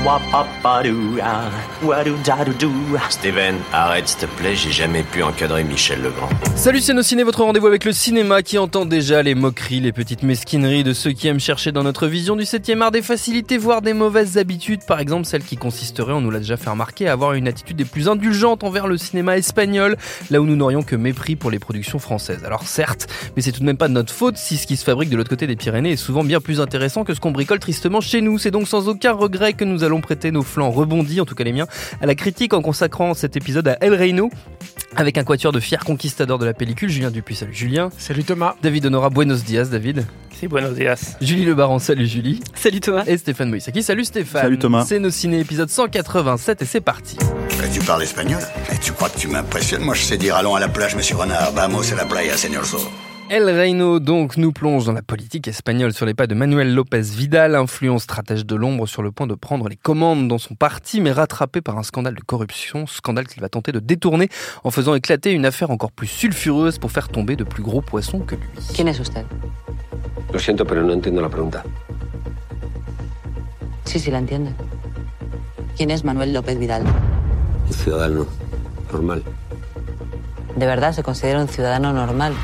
Steven, arrête s'il te plaît, j'ai jamais pu encadrer Michel Legrand. Salut, c'est Nos Ciné, votre rendez-vous avec le cinéma qui entend déjà les moqueries, les petites mesquineries de ceux qui aiment chercher dans notre vision du 7e art des facilités, voire des mauvaises habitudes, par exemple celle qui consisterait, on nous l'a déjà fait remarquer, à avoir une attitude des plus indulgentes envers le cinéma espagnol, là où nous n'aurions que mépris pour les productions françaises. Alors certes, mais c'est tout de même pas de notre faute si ce qui se fabrique de l'autre côté des Pyrénées est souvent bien plus intéressant que ce qu'on bricole tristement chez nous. C'est donc sans aucun regret que nous allons prêter nos flancs rebondis, en tout cas les miens, à la critique en consacrant cet épisode à El Reino, avec un quatuor de fiers conquistadors de la pellicule. Julien Dupuis, salut Julien. Salut Thomas. David Honora, buenos dias David. Si, buenos dias. Julie Le Baron, salut Julie. Salut Thomas. Et Stéphane Moïsaki, salut Stéphane. Salut Thomas. C'est Nos Ciné, épisode 187 et c'est parti. Tu parles espagnol? Et tu crois que tu m'impressionnes? Moi je sais dire allons à la plage monsieur Renard, vamos a la playa señor Zorro. El Reino donc nous plonge dans la politique espagnole sur les pas de Manuel López Vidal, influent stratège de l'ombre sur le point de prendre les commandes dans son parti, mais rattrapé par un scandale de corruption, scandale qu'il va tenter de détourner en faisant éclater une affaire encore plus sulfureuse pour faire tomber de plus gros poissons que lui. ¿Quién es usted? Lo siento, pero no entiendo la pregunta. Sí, la entiende. ¿Quién es Manuel López Vidal? Un ciudadano normal. ¿De verdad se considera un ciudadano normal?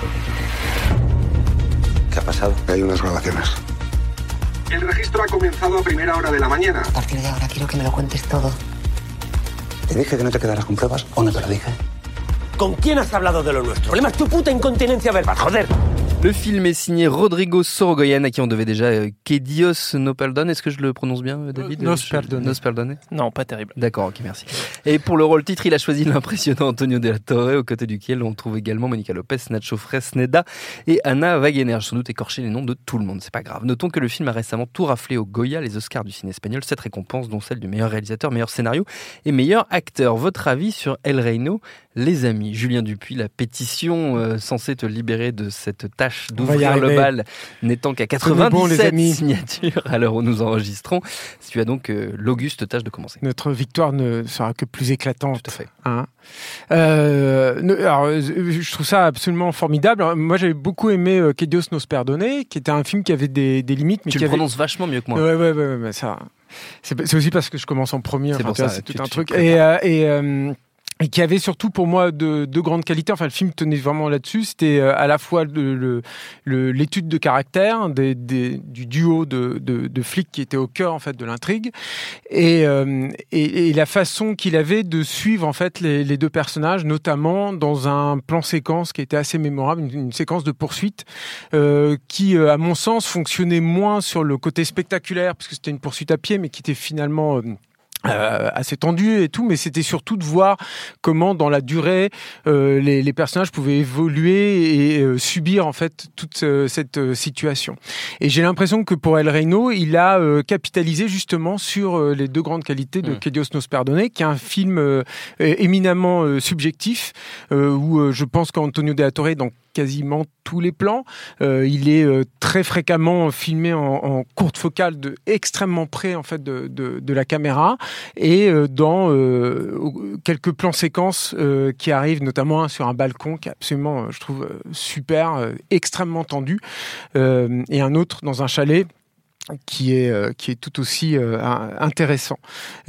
¿Qué ha pasado? Hay unas grabaciones. El registro ha comenzado a primera hora de la mañana. A partir de ahora quiero que me lo cuentes todo. ¿Te dije que no te quedaras con pruebas o no te lo dije? ¿Con quién has hablado de lo nuestro? El problema es tu puta incontinencia verbal, joder. Le film est signé Rodrigo Sorogoyen, à qui on devait déjà Que Dios no perdone. Est-ce que je le prononce bien, David? Nos perdone. Nos perdone. Non, pas terrible. D'accord, ok, merci. Et pour le rôle titre, il a choisi l'impressionnant Antonio de la Torre, aux côtés duquel on trouve également Monica Lopez, Nacho Fresneda et Ana Wagener. J'ai sans doute écorché les noms de tout le monde, c'est pas grave. Notons que le film a récemment tout raflé au Goya, les Oscars du ciné espagnol, 7 récompenses, dont celle du meilleur réalisateur, meilleur scénario et meilleur acteur. Votre avis sur El Reino, les amis? Julien Dupuis, la pétition censée te libérer de cette tâche d'ouvrir le bal n'étant qu'à 97 signatures à l'heure où nous enregistrons, tu as donc l'auguste tâche de commencer. Notre victoire ne sera que plus éclatante. Tout à fait. Hein. Alors, je trouve ça absolument formidable. Alors, moi, j'avais beaucoup aimé Que Dios nos perdone, qui était un film qui avait des limites. Mais tu qui le prononces vachement mieux que moi. Ouais, ça... C'est aussi parce que je commence en premier. C'est enfin, pour ça, c'est tout un truc. Et qui avait surtout pour moi de grandes qualités. Enfin, le film tenait vraiment là-dessus. C'était à la fois l'étude de caractère du duo de flics qui était au cœur en fait de l'intrigue et la façon qu'il avait de suivre en fait les deux personnages, notamment dans un plan séquence qui était assez mémorable, une séquence de poursuite qui, à mon sens, fonctionnait moins sur le côté spectaculaire parce que c'était une poursuite à pied, mais qui était finalement assez tendu et tout, mais c'était surtout de voir comment dans la durée les personnages pouvaient évoluer et subir en fait toute cette situation. Et j'ai l'impression que pour El Reino, il a capitalisé justement sur les deux grandes qualités de Que Dios nos perdone, qui est un film éminemment subjectif où je pense qu'Antonio de la Torre dans quasiment tous les plans. Il est très fréquemment filmé en courte focale extrêmement près en fait de la caméra et dans quelques plans séquences qui arrivent, notamment sur un balcon qui est absolument, je trouve, super, extrêmement tendu, et un autre dans un chalet qui est tout aussi intéressant.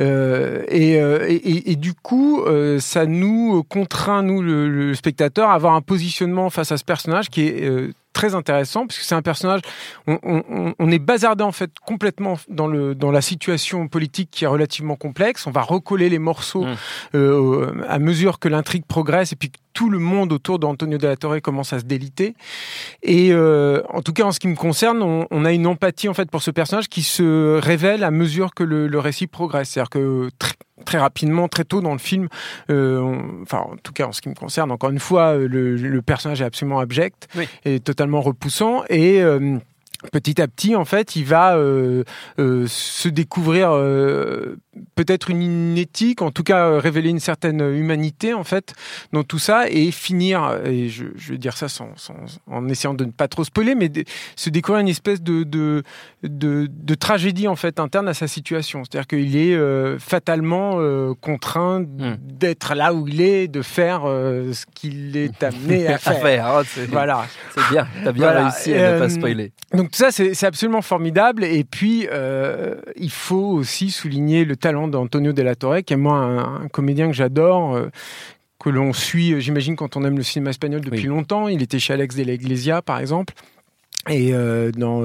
Et du coup, ça nous contraint, nous, le spectateur, à avoir un positionnement face à ce personnage qui est très intéressant, puisque c'est un personnage, on est bazardé en fait complètement dans la situation politique qui est relativement complexe. On va recoller les morceaux à mesure que l'intrigue progresse et puis que tout le monde autour d'Antonio de la Torre commence à se déliter. Et en tout cas, en ce qui me concerne, on a une empathie en fait pour ce personnage qui se révèle à mesure que le récit progresse. C'est-à-dire que très rapidement, très tôt dans le film, enfin en tout cas en ce qui me concerne, encore une fois, le personnage est absolument abject, oui, et totalement repoussant, et petit à petit, en fait, il va se découvrir peut-être une éthique, en tout cas révéler une certaine humanité, en fait, dans tout ça, et finir, et je vais dire ça en essayant de ne pas trop spoiler, mais se découvrir une espèce de tragédie, en fait, interne à sa situation. C'est-à-dire qu'il est fatalement contraint d'être là où il est, de faire ce qu'il est amené à faire. Voilà. C'est bien, t'as bien réussi à ne pas spoiler. Donc Donc tout ça, c'est absolument formidable. Et puis, il faut aussi souligner le talent d'Antonio de la Torre, qui est moi un comédien que j'adore, que l'on suit, j'imagine, quand on aime le cinéma espagnol depuis longtemps. Il était chez Alex de la Iglesia, par exemple. Et dans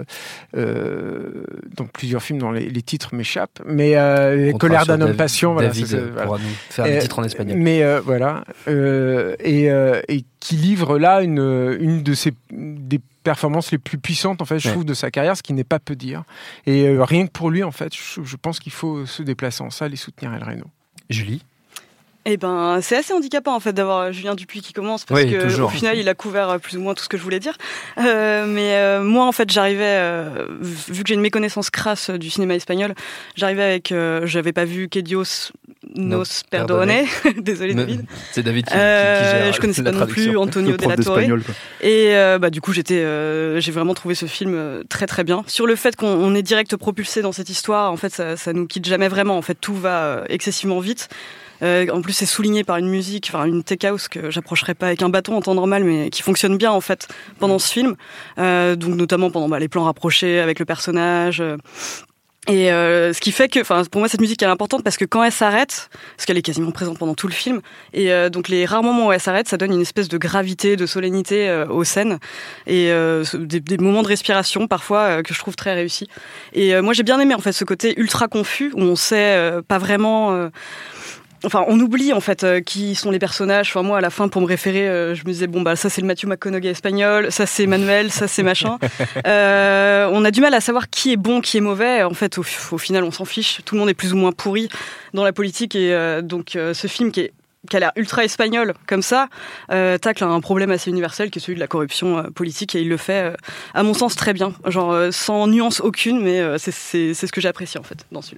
plusieurs films dont les titres m'échappent, mais Colère d'un homme patient, David pourra nous faire des titres en espagnol. Mais voilà, et qui livre là une de des performances les plus puissantes, en fait, je trouve, de sa carrière, ce qui n'est pas peu dire. Et rien que pour lui, en fait, je pense qu'il faut se déplacer en salle et soutenir El Reno. Julie? Eh ben, c'est assez handicapant en fait d'avoir Julien Dupuis qui commence parce que au final il a couvert plus ou moins tout ce que je voulais dire. Mais moi en fait j'arrivais, vu que j'ai une méconnaissance crasse du cinéma espagnol, j'arrivais avec, j'avais pas vu Que Dios nos perdone. Désolé David. C'est David qui gère je connaissais la pas non plus Antonio de la Torre. Et du coup j'ai vraiment trouvé ce film très très bien. Sur le fait qu'on est direct propulsé dans cette histoire, en fait ça nous quitte jamais vraiment. En fait tout va excessivement vite. En plus, c'est souligné par une musique, enfin une tech house que j'approcherai pas avec un bâton en temps normal, mais qui fonctionne bien en fait pendant ce film. Donc notamment pendant les plans rapprochés avec le personnage. Et ce qui fait que, enfin, pour moi, cette musique elle est importante parce que quand elle s'arrête, parce qu'elle est quasiment présente pendant tout le film, et donc les rares moments où elle s'arrête, ça donne une espèce de gravité, de solennité aux scènes et des moments de respiration parfois que je trouve très réussis. Et moi, j'ai bien aimé en fait ce côté ultra confus où on sait pas vraiment. Enfin, on oublie en fait qui sont les personnages. Enfin, moi, à la fin, pour me référer, je me disais ça c'est le Matthew McConaughey espagnol, ça c'est Manuel, ça c'est machin. On a du mal à savoir qui est bon, qui est mauvais. En fait, au final, on s'en fiche. Tout le monde est plus ou moins pourri dans la politique. Et donc, ce film qui a l'air ultra espagnol comme ça, tacle un problème assez universel qui est celui de la corruption politique. Et il le fait, à mon sens, très bien. Genre, sans nuance aucune, mais c'est ce que j'ai apprécié en fait dans ce film.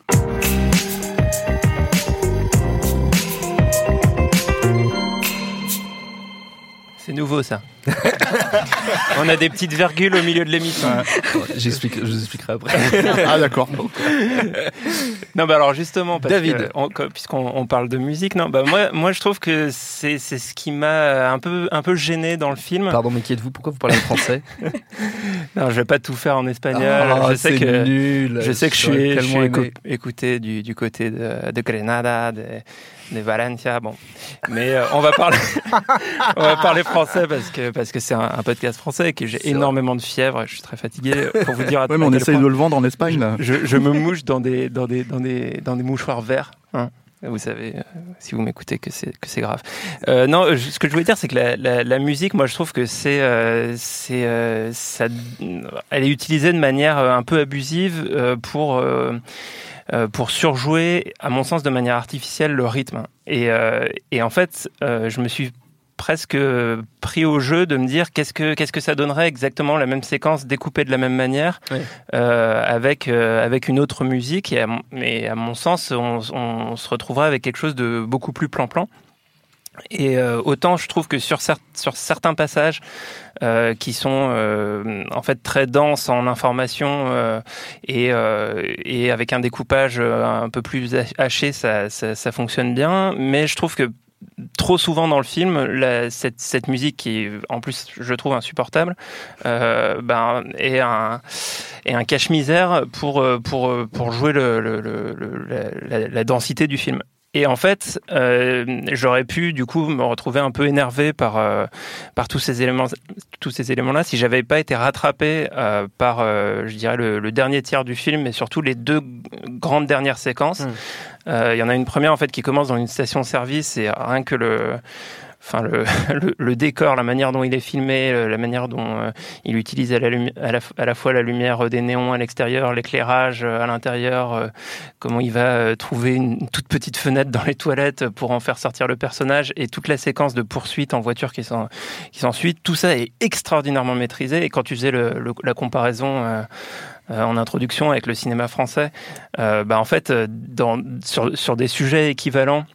C'est nouveau ça. On a des petites virgules au milieu de l'émission. Je vous expliquerai après. Ah d'accord. Non alors justement, David, puisqu'on parle de musique, moi je trouve que c'est ce qui m'a un peu gêné dans le film. Pardon, mais qui êtes-vous? Pourquoi vous parlez français? Non, je vais pas tout faire en espagnol. Je sais que je suis écouté du côté de Grenada, de Valencia, bon. Mais on va parler français parce que c'est un podcast français et que j'ai énormément de fièvre. Je suis très fatigué pour vous dire. Ouais, mais on essaye de le vendre en Espagne là. Je me mouche dans des mouchoirs verts. Hein. Vous savez, si vous m'écoutez, que c'est grave. Non, ce que je voulais dire, c'est que la musique, moi, je trouve que elle est utilisée de manière un peu abusive pour surjouer, à mon sens, de manière artificielle le rythme. Et en fait, je me suis presque pris au jeu de me dire qu'est-ce que ça donnerait exactement la même séquence découpée de la même manière, avec une autre musique. Et à mon sens, on se retrouverait avec quelque chose de beaucoup plus plan-plan. Et autant je trouve que sur certains passages qui sont en fait très denses en information et avec un découpage un peu plus haché, ça fonctionne bien, mais je trouve que trop souvent dans le film, cette musique qui est en plus je trouve insupportable est un cache-misère pour jouer la densité du film. Et en fait, j'aurais pu du coup me retrouver un peu énervé par tous ces éléments-là si j'avais pas été rattrapé par, je dirais, le dernier tiers du film, et surtout les deux grandes dernières séquences. Il y en a une première en fait qui commence dans une station-service, et rien que le décor, la manière dont il est filmé, la manière dont il utilise à la fois la lumière des néons à l'extérieur, l'éclairage à l'intérieur, comment il va trouver une toute petite fenêtre dans les toilettes pour en faire sortir le personnage, et toute la séquence de poursuite en voiture qui s'ensuit, tout ça est extraordinairement maîtrisé. Et quand tu faisais la comparaison en introduction avec le cinéma français, en fait, sur des sujets équivalents,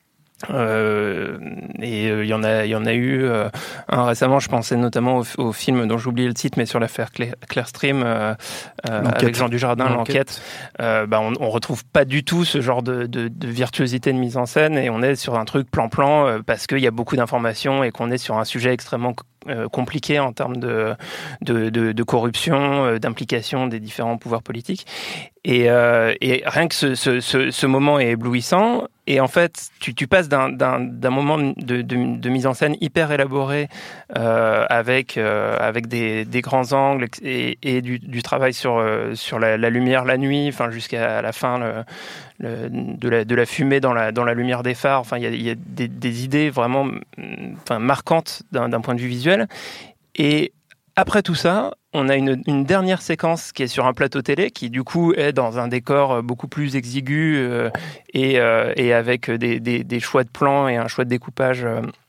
il y en a eu un récemment. Je pensais notamment au film dont j'ai oublié le titre, mais sur l'affaire Clearstream avec Jean Dujardin, l'enquête. On retrouve pas du tout ce genre de virtuosité de mise en scène, et on est sur un truc plan-plan parce qu'il y a beaucoup d'informations et qu'on est sur un sujet extrêmement compliqué en termes de corruption, d'implication des différents pouvoirs politiques. Et rien que ce moment est éblouissant. Et en fait, tu passes d'un moment de mise en scène hyper élaboré avec des grands angles et du travail sur la lumière la nuit, enfin jusqu'à la fin de la fumée dans la lumière des phares. Enfin, il y a des idées vraiment marquantes d'un point de vue visuel. Et après tout ça, on a une dernière séquence qui est sur un plateau télé, qui du coup est dans un décor beaucoup plus exigu et avec des choix de plans et un choix de découpage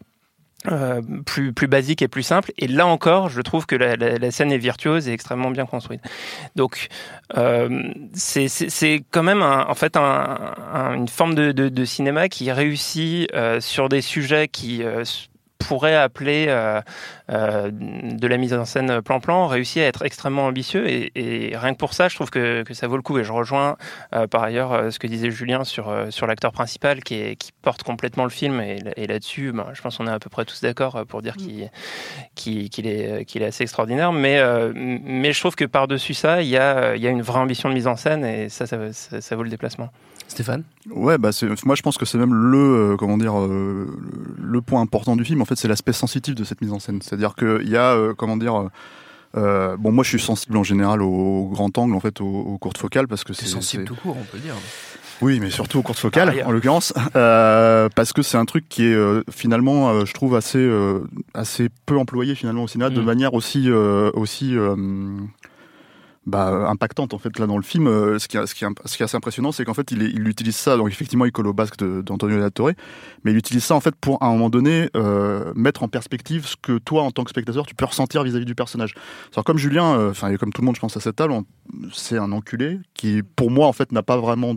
plus basique et plus simple. Et là encore, je trouve que la scène est virtuose et extrêmement bien construite. Donc, c'est quand même une forme de cinéma qui réussit sur des sujets qui pourrait appeler de la mise en scène plan-plan, réussit à être extrêmement ambitieux et rien que pour ça, je trouve que ça vaut le coup. Et je rejoins par ailleurs ce que disait Julien sur l'acteur principal qui porte complètement le film et là-dessus, je pense qu'on est à peu près tous d'accord pour dire qu'il est assez extraordinaire. Mais je trouve que par-dessus ça, il y a une vraie ambition de mise en scène et ça vaut le déplacement. Stéphane ? Ouais, moi je pense que c'est même le point important du film. En fait, c'est l'aspect sensitif de cette mise en scène. C'est-à-dire qu'il y a, moi je suis sensible en général au grand angle, en fait, aux courtes focales, parce que c'est sensible tout court, on peut dire. Oui, mais surtout aux courtes focales, en l'occurrence, parce que c'est un truc qui est finalement, je trouve assez peu employé finalement au cinéma, de manière aussi impactante en fait là dans le film. Ce qui est assez impressionnant, c'est qu'en fait il utilise ça, donc effectivement il colle au basque d'Antonio de la Torre, mais il utilise ça en fait pour à un moment donné mettre en perspective ce que toi en tant que spectateur tu peux ressentir vis-à-vis du personnage. Alors comme Julien, et comme tout le monde je pense à cette table, c'est un enculé qui pour moi en fait n'a pas vraiment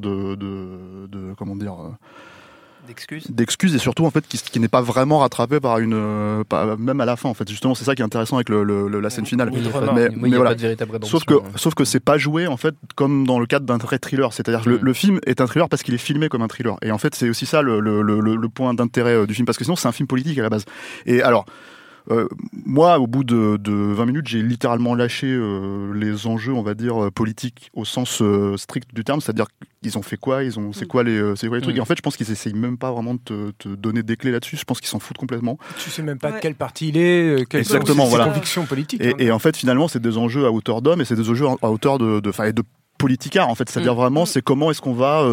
d'excuses et surtout en fait qui n'est pas vraiment rattrapé par même à la fin en fait. Justement c'est ça qui est intéressant avec la scène finale. Mais voilà. Pas de véritable rédemption. Sauf que c'est pas joué en fait comme dans le cadre d'un vrai thriller. C'est-à-dire que le film est un thriller parce qu'il est filmé comme un thriller. Et en fait c'est aussi ça le point d'intérêt du film, parce que sinon c'est un film politique à la base. Et alors moi, au bout de 20 minutes, j'ai littéralement lâché les enjeux, on va dire, politiques au sens strict du terme, c'est-à-dire qu'ils ont fait quoi, c'est quoi les trucs. Et en fait, je pense qu'ils essayent même pas vraiment de te donner des clés là-dessus. Je pense qu'ils s'en foutent complètement. Tu sais même pas de quel parti il est, quelles sont ses convictions politiques. Et en fait, finalement, c'est des enjeux à hauteur d'homme et c'est des enjeux à hauteur de politicard en fait, c'est-à-dire vraiment c'est comment est-ce qu'on va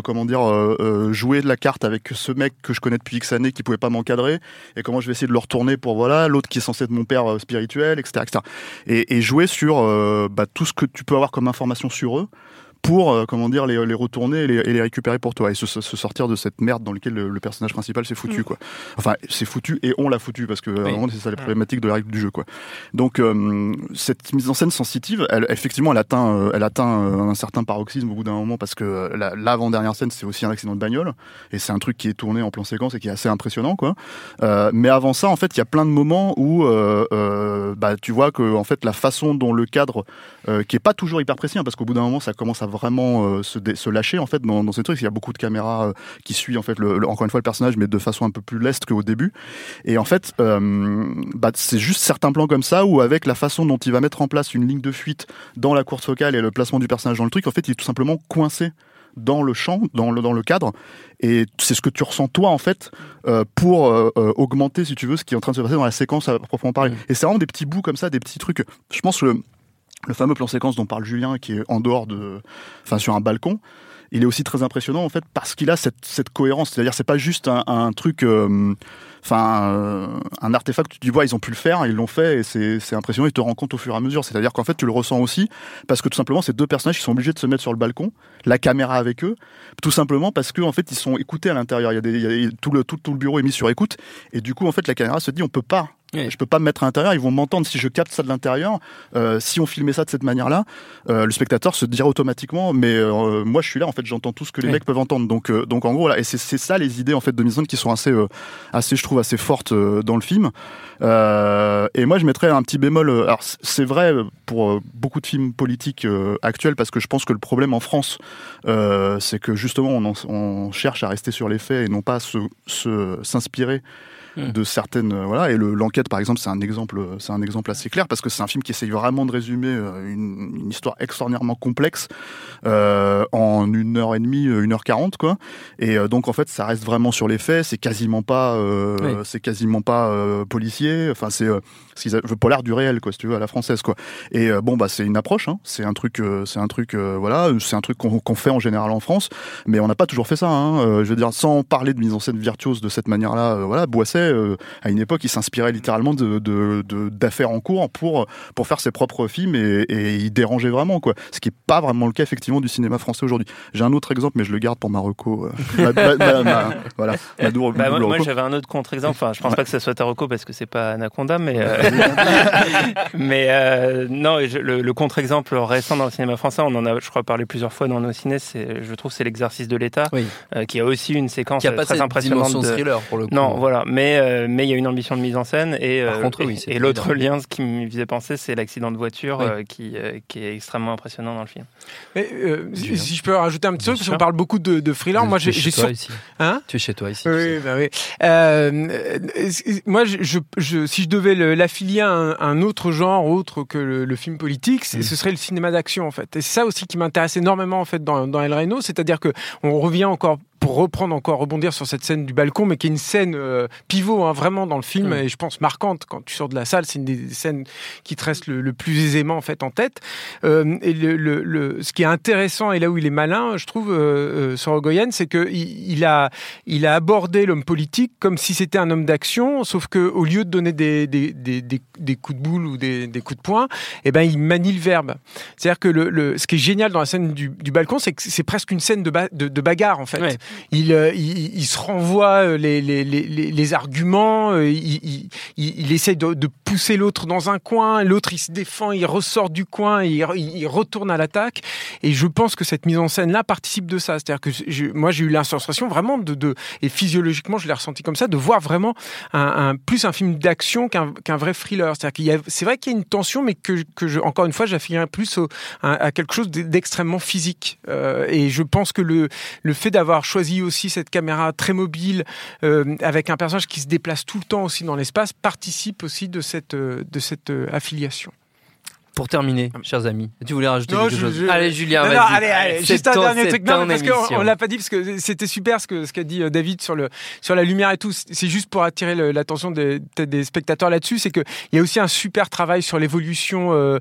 jouer de la carte avec ce mec que je connais depuis X années qui pouvait pas m'encadrer et comment je vais essayer de le retourner pour l'autre qui est censé être mon père spirituel, etc. et jouer sur tout ce que tu peux avoir comme information sur eux pour les retourner et les récupérer pour toi et se sortir de cette merde dans laquelle le personnage principal s'est foutu quoi. Enfin c'est foutu et on l'a foutu parce que vraiment c'est ça les problématiques de la règle du jeu quoi. Donc cette mise en scène sensitive, elle atteint un certain paroxysme au bout d'un moment parce que l'avant-dernière scène c'est aussi un accident de bagnole et c'est un truc qui est tourné en plan séquence et qui est assez impressionnant quoi. Mais avant ça en fait il y a plein de moments où tu vois que en fait la façon dont le cadre qui est pas toujours hyper précis parce qu'au bout d'un moment ça commence à vraiment se lâcher en fait dans ces trucs. Il y a beaucoup de caméras qui suivent en fait encore une fois le personnage mais de façon un peu plus leste qu'au début et en fait c'est juste certains plans comme ça où avec la façon dont il va mettre en place une ligne de fuite dans la courte focale et le placement du personnage dans le truc, en fait il est tout simplement coincé dans le champ, dans le cadre, et c'est ce que tu ressens toi en fait pour augmenter si tu veux ce qui est en train de se passer dans la séquence à proprement parler. Et c'est vraiment des petits bouts comme ça, des petits trucs. Je pense que le fameux plan séquence dont parle Julien qui est en dehors sur un balcon, il est aussi très impressionnant en fait parce qu'il a cette cohérence, c'est-à-dire c'est pas juste un truc un artefact, tu vois, ils ont pu le faire, ils l'ont fait et c'est impressionnant, ils te rendent compte au fur et à mesure, c'est-à-dire qu'en fait tu le ressens aussi parce que tout simplement ces deux personnages qui sont obligés de se mettre sur le balcon, la caméra avec eux, tout simplement parce que en fait ils sont écoutés à l'intérieur, tout le bureau est mis sur écoute et du coup en fait la caméra se dit on peut pas. Oui. Je peux pas me mettre à l'intérieur, ils vont m'entendre si je capte ça de l'intérieur. Si on filmait ça de cette manière-là, le spectateur se dirait automatiquement mais moi je suis là en fait, j'entends tout ce que les mecs peuvent entendre. Donc en gros voilà, et c'est ça les idées en fait de mise en scène qui sont assez je trouve assez fortes dans le film. Et moi je mettrais un petit bémol. Alors c'est vrai pour beaucoup de films politiques actuels parce que je pense que le problème en France c'est que justement on cherche à rester sur les faits et non pas s'inspirer de certaines, voilà. Et l'enquête, par exemple, c'est un exemple assez clair parce que c'est un film qui essaye vraiment de résumer une histoire extraordinairement complexe en 1h30, 1h40, quoi. Et donc, en fait, ça reste vraiment sur les faits. C'est quasiment pas policier. Enfin, c'est polar du réel, quoi, si tu veux, à la française, quoi. Et c'est une approche, hein. C'est un truc qu'on fait en général en France, mais on n'a pas toujours fait ça, hein. Je veux dire, sans parler de mise en scène virtuose de cette manière-là, Boisset, à une époque, il s'inspirait littéralement d'affaires en cours pour faire ses propres films et il dérangeait vraiment, quoi. Ce qui est pas vraiment le cas, effectivement, du cinéma français aujourd'hui. J'ai un autre exemple, mais je le garde pour ma reco. Moi, j'avais un autre contre-exemple. Enfin, je pense pas que ça soit ta reco parce que c'est pas Anaconda, mais non, le contre-exemple récent dans le cinéma français, on en a, je crois, parlé plusieurs fois dans nos cinés. Je trouve, c'est L'Exercice de l'État, qui a aussi une séquence très impressionnante de thriller pour le coup. Non, voilà, mais il y a une ambition de mise en scène et l'autre lien, ce qui me faisait penser, c'est l'accident de voiture qui est extrêmement impressionnant dans le film. Mais si je peux rajouter un petit truc, parce qu'on parle beaucoup de thriller. Moi, j'ai tu es chez toi ici. Oui, bah oui. Moi, si je devais l'affilier à un autre genre autre que le film politique, ce serait le cinéma d'action, en fait. Et c'est ça aussi qui m'intéresse énormément, en fait, dans El Reno, c'est-à-dire que on revient encore pour rebondir sur cette scène du balcon, mais qui est une scène pivot, hein, vraiment dans le film, et je pense marquante quand tu sors de la salle. C'est une des scènes qui te reste le plus aisément en fait en tête. Et ce qui est intéressant et là où il est malin, je trouve, Sorogoyen, c'est que il a abordé l'homme politique comme si c'était un homme d'action, sauf que au lieu de donner des coups de boule ou des coups de poing, eh ben il manie le verbe. C'est-à-dire que ce qui est génial dans la scène du balcon, c'est que c'est presque une scène de bagarre en fait. Ouais. Il se renvoie les arguments, il essaye de pousser l'autre dans un coin, l'autre il se défend, il ressort du coin, il retourne à l'attaque. Et je pense que cette mise en scène-là participe de ça. C'est-à-dire que moi j'ai eu la sensation vraiment et physiologiquement je l'ai ressenti comme ça, de voir vraiment plus un film d'action qu'un vrai thriller. C'est-à-dire c'est vrai qu'il y a une tension, mais encore une fois j'affirme plus à quelque chose d'extrêmement physique. Et je pense que le fait d'avoir choisi aussi cette caméra très mobile avec un personnage qui se déplace tout le temps aussi dans l'espace participe aussi de cette affiliation. Pour terminer, chers amis, tu voulais rajouter quelque chose? Allez, Julien, vas-y. Allez, juste un dernier truc. Non, parce qu'on l'a pas dit, parce que c'était super ce qu'a dit David sur la lumière et tout. C'est juste pour attirer l'attention des spectateurs là-dessus. C'est que il y a aussi un super travail sur l'évolution,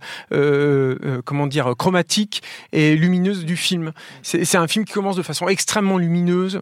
chromatique et lumineuse du film. C'est un film qui commence de façon extrêmement lumineuse,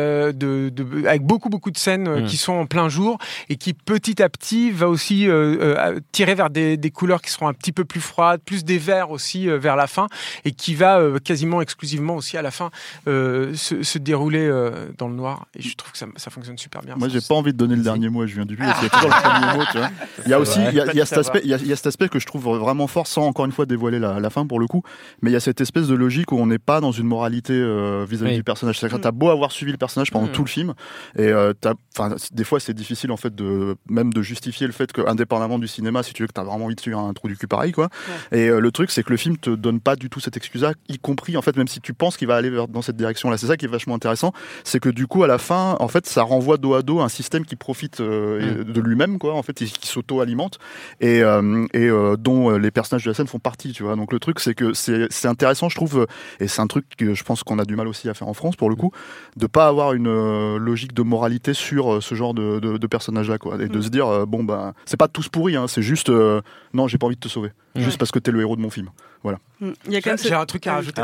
avec beaucoup de scènes qui sont en plein jour et qui petit à petit va aussi tirer vers des couleurs qui seront un petit peu plus froide, plus des verts aussi vers la fin, et qui va quasiment exclusivement aussi à la fin se dérouler dans le noir. Et je trouve que ça fonctionne super bien. Moi, j'ai pas envie de donner le dernier mot à Julien Dupuis, parce qu'il y a toujours le premier mot, tu vois. Il y a aussi, il y a cet aspect que je trouve vraiment fort, sans encore une fois dévoiler la fin pour le coup, mais il y a cette espèce de logique où on n'est pas dans une moralité vis-à-vis du personnage. C'est-à-dire que t'as beau avoir suivi le personnage pendant tout le film, et des fois c'est difficile en fait de justifier le fait que, indépendamment du cinéma, si tu veux que t'as vraiment envie de suivre un trou du cul pareil, quoi. Ouais. Et le truc, c'est que le film te donne pas du tout cette excuse-là, y compris en fait, même si tu penses qu'il va aller dans cette direction-là. C'est ça qui est vachement intéressant, c'est que du coup, à la fin, en fait, ça renvoie dos à dos un système qui profite de lui-même, quoi. En fait, qui s'auto-alimente et dont les personnages de la scène font partie, tu vois. Donc le truc, c'est que c'est intéressant, je trouve, et c'est un truc que je pense qu'on a du mal aussi à faire en France pour le coup, de pas avoir une logique de moralité sur ce genre de personnages-là, quoi, et de se dire c'est pas tous pourris, hein, c'est juste non, j'ai pas envie de te sauver. Juste parce que t'es le héros de mon film. Voilà. Il y a quand même j'ai un truc à rajouter.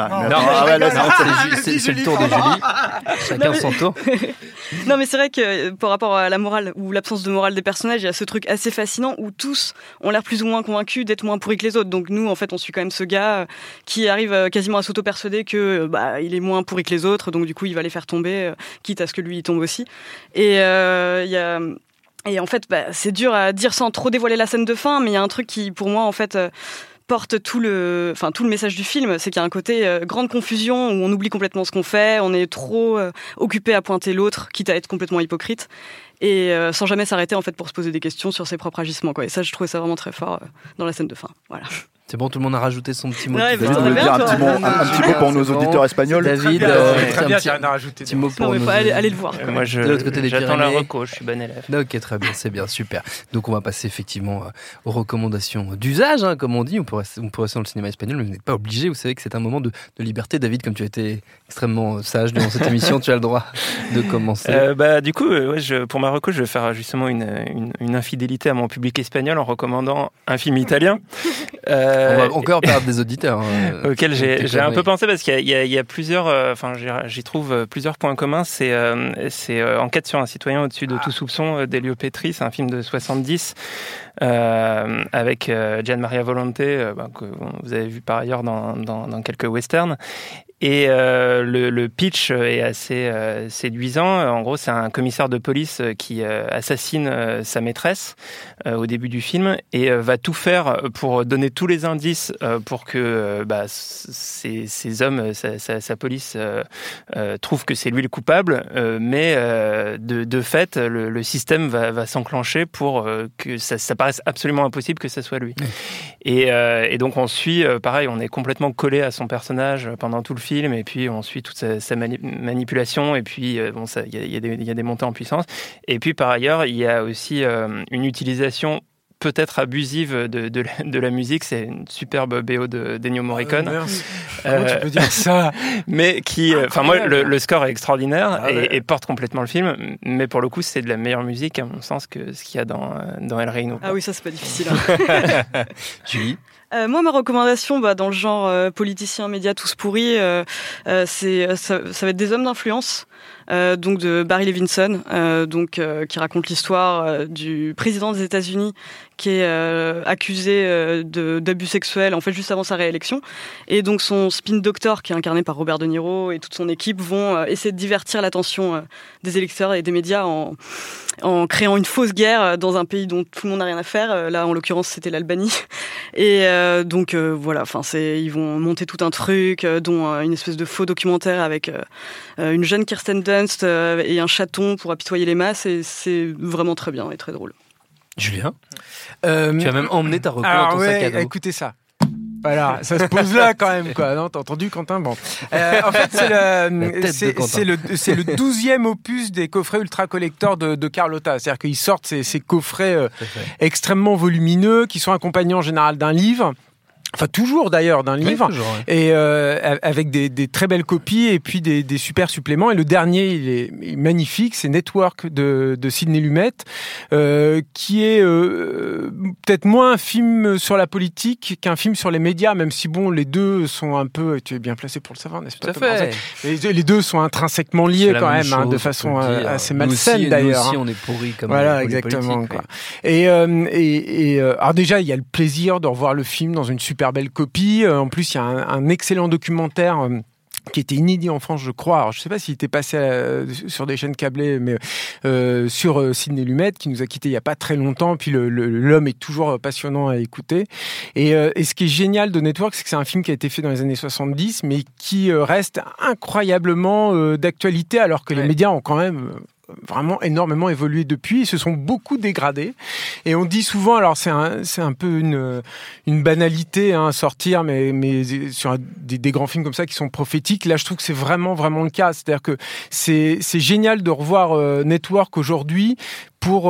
C'est le tour de Julie. Chacun son tour. Non, mais c'est vrai que par rapport à la morale ou l'absence de morale des personnages, il y a ce truc assez fascinant où tous ont l'air plus ou moins convaincus d'être moins pourris que les autres. Donc nous, en fait, on suit quand même ce gars qui arrive quasiment à s'auto-persuader que il est moins pourri que les autres. Donc du coup, il va les faire tomber, quitte à ce que lui il tombe aussi. Et il y a Et en fait, c'est dur à dire sans trop dévoiler la scène de fin, mais il y a un truc qui, pour moi, en fait, porte tout le message du film, c'est qu'il y a un côté grande confusion où on oublie complètement ce qu'on fait, on est trop occupé à pointer l'autre, quitte à être complètement hypocrite, et sans jamais s'arrêter en fait pour se poser des questions sur ses propres agissements, quoi. Et ça, je trouvais ça vraiment très fort dans la scène de fin. Voilà. C'est bon, tout le monde a rajouté son petit mot. David voulait dire un petit mot pour nos auditeurs espagnols. David, très bien, tu as rien à rajouter. Petit mot pour nous. Allez le voir. Moi, de l'autre côté des j'attends la Pyrénées. reco, je suis bon élève. Ok, très bien, c'est bien, super. Donc on va passer effectivement aux recommandations d'usage, hein, comme on dit. On pourrait rester dans le cinéma espagnol, mais vous n'êtes pas obligé. Vous savez que c'est un moment de liberté. David, comme tu as été extrêmement sage durant cette émission, tu as le droit de commencer. Du coup, pour ma reco, je vais faire justement une infidélité à mon public espagnol en recommandant un film italien. On va encore perdre des auditeurs. Auquel j'ai un peu pensé parce qu'il y a plusieurs, j'y trouve plusieurs points communs. C'est Enquête sur un citoyen au-dessus de tout soupçon d'Elio Petri. C'est un film de 70 avec Gian Maria Volonté, que vous avez vu par ailleurs dans quelques westerns. Et le pitch est assez séduisant. En gros, c'est un commissaire de police qui assassine sa maîtresse au début du film et va tout faire pour donner tous les indices pour que ces hommes, sa police trouve que c'est lui le coupable. Mais de fait, le système va s'enclencher pour que ça paraisse absolument impossible que ça soit lui. Et donc on suit, pareil, on est complètement collé à son personnage pendant tout le film, et puis on suit toute sa manipulation, et puis il y a des montées en puissance. Et puis par ailleurs, il y a aussi une utilisation peut-être abusive de la musique. C'est une superbe BO d'Ennio Morricone. Comment tu peux dire ça? Mais qui, moi, le score est extraordinaire et porte complètement le film. Mais pour le coup, c'est de la meilleure musique, à mon sens, que ce qu'il y a dans El Reino. Ah oui, ça c'est pas difficile. Julie? Moi, ma recommandation, dans le genre politicien, médias, tous pourris, ça va être Des hommes d'influence, donc de Barry Levinson, qui raconte l'histoire du président des États-Unis qui est accusé d'abus sexuels en fait juste avant sa réélection, et donc son spin doctor qui est incarné par Robert De Niro et toute son équipe vont essayer de divertir l'attention des électeurs et des médias en créant une fausse guerre dans un pays dont tout le monde n'a rien à faire. Là, en l'occurrence, c'était l'Albanie. Et ils vont monter tout un truc, dont une espèce de faux documentaire avec une jeune Kirsten Dunst et un chaton pour apitoyer les masses. Et c'est vraiment très bien et très drôle. Julien, tu as même emmené ta reco dans ton sac à dos. Écoutez ça. Voilà, ça se pose là quand même, quoi. Non, t'as entendu, Quentin? Bon. En fait, c'est le 12e opus des coffrets ultra collector de Carlotta. C'est-à-dire qu'ils sortent ces coffrets extrêmement volumineux qui sont accompagnés en général d'un livre. Enfin, toujours d'ailleurs, d'un livre. Toujours, ouais. Et avec des très belles copies et puis des super suppléments. Et le dernier, il est magnifique, c'est Network de Sidney Lumet, qui est peut-être moins un film sur la politique qu'un film sur les médias, même si les deux sont un peu, tu es bien placé pour le savoir, n'est-ce pas? Tout à fait. Les deux sont intrinsèquement liés quand même, de façon assez malsaine d'ailleurs. Nous aussi, on est pourris comme voilà, exactement. Quoi. Et alors déjà, il y a le plaisir de revoir le film dans une super belle copie. En plus, il y a un excellent documentaire qui était inédit en France, je crois. Alors, je ne sais pas s'il était passé sur des chaînes câblées, mais sur Sidney Lumet, qui nous a quittés il n'y a pas très longtemps. Puis l'homme est toujours passionnant à écouter. Et ce qui est génial de Network, c'est que c'est un film qui a été fait dans les années 70, mais qui reste incroyablement d'actualité, alors que les médias ont quand même vraiment énormément évolué depuis. Ils se sont beaucoup dégradés. Et on dit souvent, alors c'est un peu une banalité à sortir, mais sur des grands films comme ça qui sont prophétiques, là je trouve que c'est vraiment, vraiment le cas. C'est-à-dire que c'est génial de revoir Network aujourd'hui pour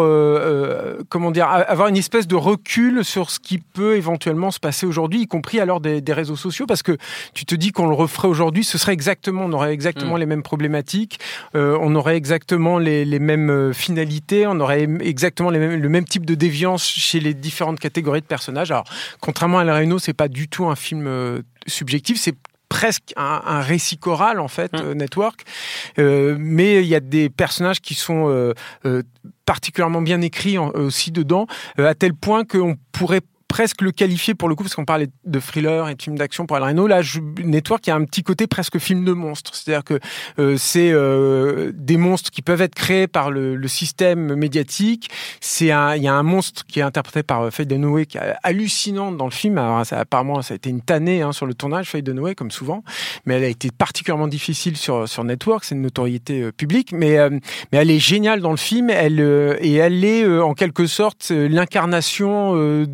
avoir une espèce de recul sur ce qui peut éventuellement se passer aujourd'hui, y compris à l'heure des réseaux sociaux, parce que tu te dis qu'on le referait aujourd'hui, on aurait exactement les mêmes problématiques, on aurait exactement les mêmes finalités, on aurait exactement le même type de déviance chez les différentes catégories de personnages. Alors, contrairement à El Reino, c'est pas du tout un film subjectif, c'est presque un récit choral en fait, Network, mais il y a des personnages qui sont particulièrement bien écrits aussi dedans, à tel point qu'on pourrait presque le qualifier, pour le coup, parce qu'on parlait de thriller et de film d'action pour El Reino, là, Network, il y a un petit côté presque film de monstre. C'est-à-dire que c'est des monstres qui peuvent être créés par le système médiatique. Il y a un monstre qui est interprété par Faye Dunaway, qui est hallucinante dans le film. Alors, apparemment, ça a été une tannée sur le tournage, Faye Dunaway, comme souvent. Mais elle a été particulièrement difficile sur Network. C'est une notoriété publique. Mais elle est géniale dans le film. Elle est, en quelque sorte, l'incarnation de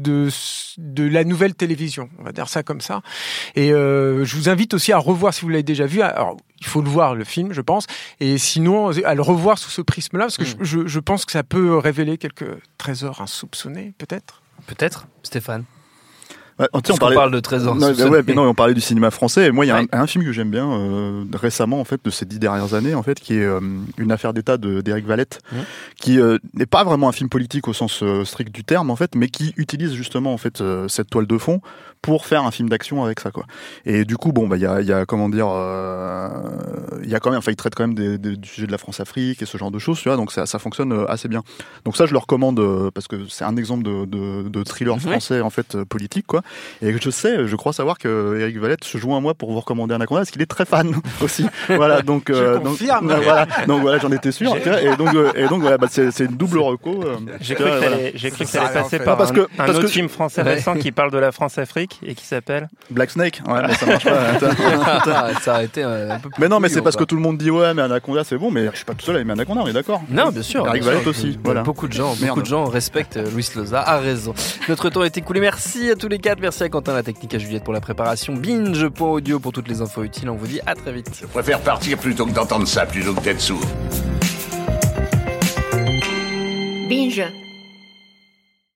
de la nouvelle télévision, on va dire ça comme ça. Et je vous invite aussi à revoir, si vous l'avez déjà vu, alors il faut le voir le film, je pense, et sinon à le revoir sous ce prisme-là, parce que je pense que ça peut révéler quelques trésors insoupçonnés, peut-être. Peut-être, Stéphane. Ouais, on parle de trésors. On parlait du cinéma français. Et moi, il y a un film que j'aime bien récemment, en fait, de ces 10 dernières années, en fait, qui est Une affaire d'État d'Éric Valette, qui n'est pas vraiment un film politique au sens strict du terme, en fait, mais qui utilise justement en fait cette toile de fond pour faire un film d'action avec ça, quoi. Et du coup, bon, bah, il y a comment dire, il y a quand même, enfin, il traite quand même du sujet de la France-Afrique et ce genre de choses, tu vois. Donc ça fonctionne assez bien. Donc ça, je le recommande parce que c'est un exemple de thriller français, en fait, politique, quoi. Et je crois savoir que Éric Valette se joint à moi pour vous recommander Anaconda parce qu'il est très fan aussi. Voilà, donc donc voilà, j'en étais sûr. Et donc voilà, bah, c'est une double reco. J'ai cru que ça allait passer par un autre film français récent qui parle de la France-Afrique et qui s'appelle Black Snake. Ouais, mais ça marche pas. Ça a été un peu plus. Mais non, mais c'est parce que tout le monde dit ouais, mais Anaconda c'est bon, mais je suis pas tout seul à aimer Anaconda, on est d'accord. Non, bien sûr. Éric Valette aussi. Voilà. Beaucoup de gens respectent Luis Loza, a raison. Notre temps est écoulé. Merci à tous les quatre. Merci à Quentin, la technique, à Juliette pour la préparation. Binge.audio pour toutes les infos utiles. On vous dit à très vite. Je préfère partir plutôt que d'entendre ça, plutôt que d'être sourd. Binge.